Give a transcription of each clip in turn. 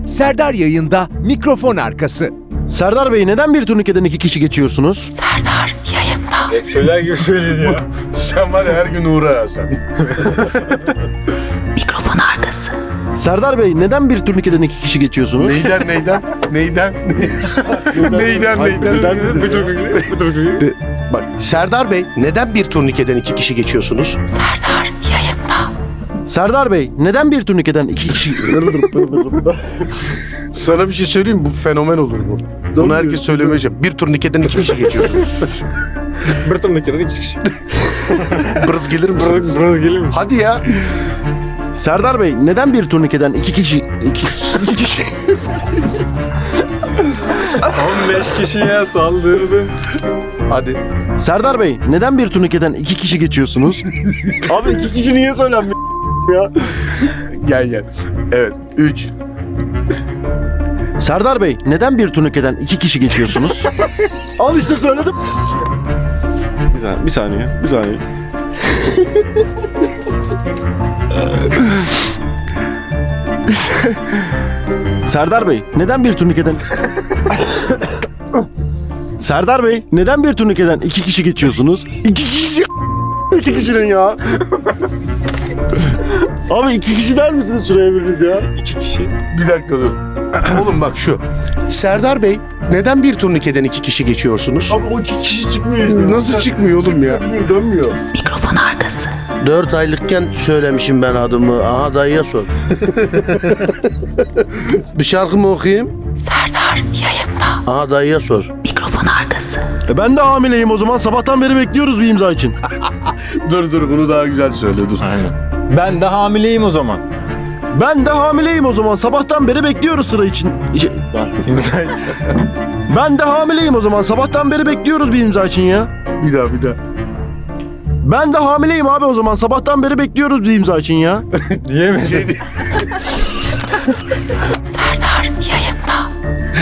Serdar yayında mikrofon arkası. Serdar Bey, neden bir turnikeden 2 kişi geçiyorsunuz? Serdar yayında. Söyler gibi söyledi ya. Sen var ya her gün uğra ya sen. Mikrofon arkası. Serdar Bey, neden bir turnikeden 2 kişi geçiyorsunuz? Neyden? Neyden? Bak Serdar Bey, neden bir turnikeden 2 kişi geçiyorsunuz? Serdar yayında. Serdar Bey, neden bir turnikeden 2 kişi... Sana bir şey söyleyeyim mi? Bu fenomen olur bu. Bunu herkes söylemeyecek. Bir turnikeden 2 kişi geçiyorsunuz. Bir turnikeden 2 kişi. Brız gelir misiniz? Biraz gelir mi? Hadi ya. Serdar Bey, neden bir turnikeden 2 kişi... 15 kişiye saldırdın. Hadi. Serdar Bey, neden bir turnikeden 2 kişi geçiyorsunuz? Abi 2 kişi niye söylenmiyor ya? Gel. Evet. 3. Serdar Bey, neden bir turnikeden 2 kişi geçiyorsunuz? Al işte söyledim. Bir saniye. Serdar Bey, neden bir turnikeden... Serdar Bey, neden bir turnikeden 2 kişi geçiyorsunuz? 2 kişi... 2 kişinin ya. Abi 2 kişi der misiniz şuraya biriniz ya? 2 kişi. Bir dakika dur. Oğlum bak şu. Serdar Bey, neden bir turnikeden 2 kişi geçiyorsunuz? Abi o 2 kişi çıkmıyor işte. Nasıl çıkmıyor oğlum ya? Dönmüyor. Mikrofon arkası. 4 aylıkken söylemişim ben adımı. Aha dayıya sor. Bir şarkı mı okuyayım? Serdar yayında. Aha dayıya sor. Mikrofon arkası. Ben de hamileyim o zaman. Sabahtan beri bekliyoruz bir imza için. Dur bunu daha güzel söyle dur. Aynen. Ben de hamileyim o zaman. Ben de hamileyim o zaman. Sabahtan beri bekliyoruz sıra için. Ben de hamileyim o zaman. Sabahtan beri bekliyoruz bir imza için ya. Bir daha. Ben de hamileyim abi o zaman. Sabahtan beri bekliyoruz bir imza için ya. Diyemedim. Serdar yayında.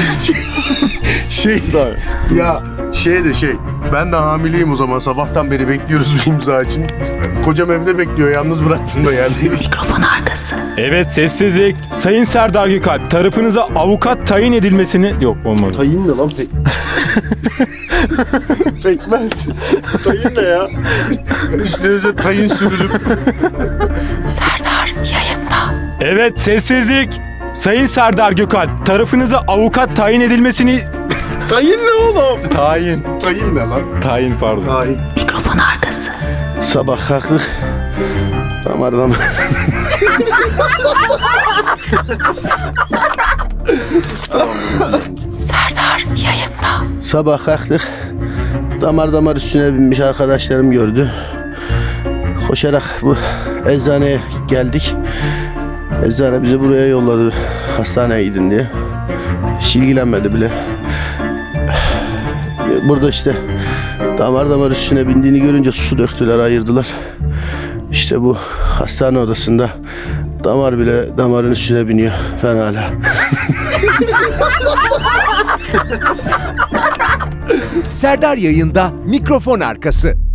Ben de hamileyim o zaman. Sabahtan beri bekliyoruz bir imza için. Kocam evde bekliyor. Yalnız bıraktım da yani. Mikrofon arkası. Evet, sessizlik. Sayın Serdar Gökalp, tarafınıza avukat tayin edilmesini... Yok, olmadı. Tayin ne lan? Pekmez. Tayin ne ya? Üstünüze tayin sürülüp. Serdar yayında. Evet, sessizlik. Sayın Serdar Gökalp, tarafınıza avukat tayin edilmesini... Tayin ne oğlum? Tayin. Tayin ne lan? Tayin, pardon. Tayin. Mikrofon arkası. Sabah kalktık. Damardan. Serdar yayında. Sabah kalktık. Damar üstüne binmiş arkadaşlarım gördü. Koşarak bu eczaneye geldik. Eczane bizi buraya yolladı. Hastaneye gidin diye. Hiç ilgilenmedi bile. Burada işte damar üstüne bindiğini görünce su döktüler, ayırdılar. İşte bu hastane odasında damar bile damarın üstüne biniyor. Ben hala. Serdar yayında mikrofon arkası.